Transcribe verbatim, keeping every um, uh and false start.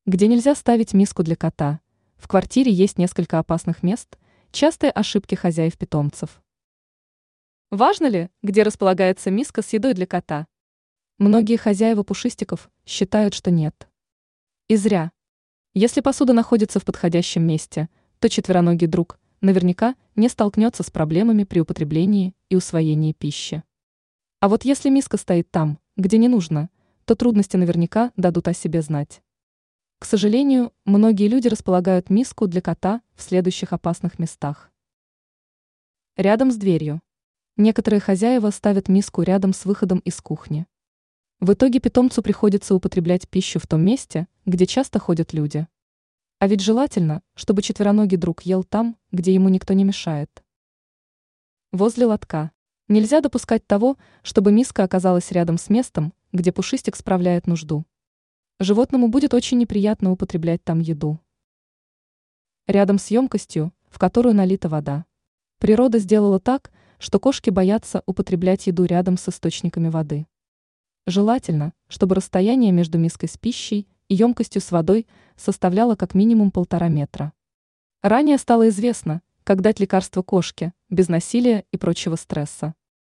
где нельзя ставить миску для кота. В квартире есть несколько опасных мест, частые ошибки хозяев-питомцев. Важно ли, где располагается миска с едой для кота? Многие хозяева пушистиков считают, что нет. И зря. Если посуда находится в подходящем месте, то четвероногий друг наверняка не столкнется с проблемами при употреблении и усвоении пищи. А вот если миска стоит там, где не нужно, то трудности наверняка дадут о себе знать. К сожалению, многие люди располагают миску для кота в следующих опасных местах. Рядом с дверью. Некоторые хозяева ставят миску рядом с выходом из кухни. В итоге питомцу приходится употреблять пищу в том месте, где часто ходят люди. А ведь желательно, чтобы четвероногий друг ел там, где ему никто не мешает. Возле лотка. Нельзя допускать того, чтобы миска оказалась рядом с местом, где пушистик справляет нужду. Животному будет очень неприятно употреблять там еду. Рядом с емкостью, в которую налита вода. Природа сделала так, что кошки боятся употреблять еду рядом с источниками воды. Желательно, чтобы расстояние между миской с пищей и емкостью с водой составляло как минимум полтора метра. Ранее стало известно, как дать лекарство кошке, без насилия и прочего стресса.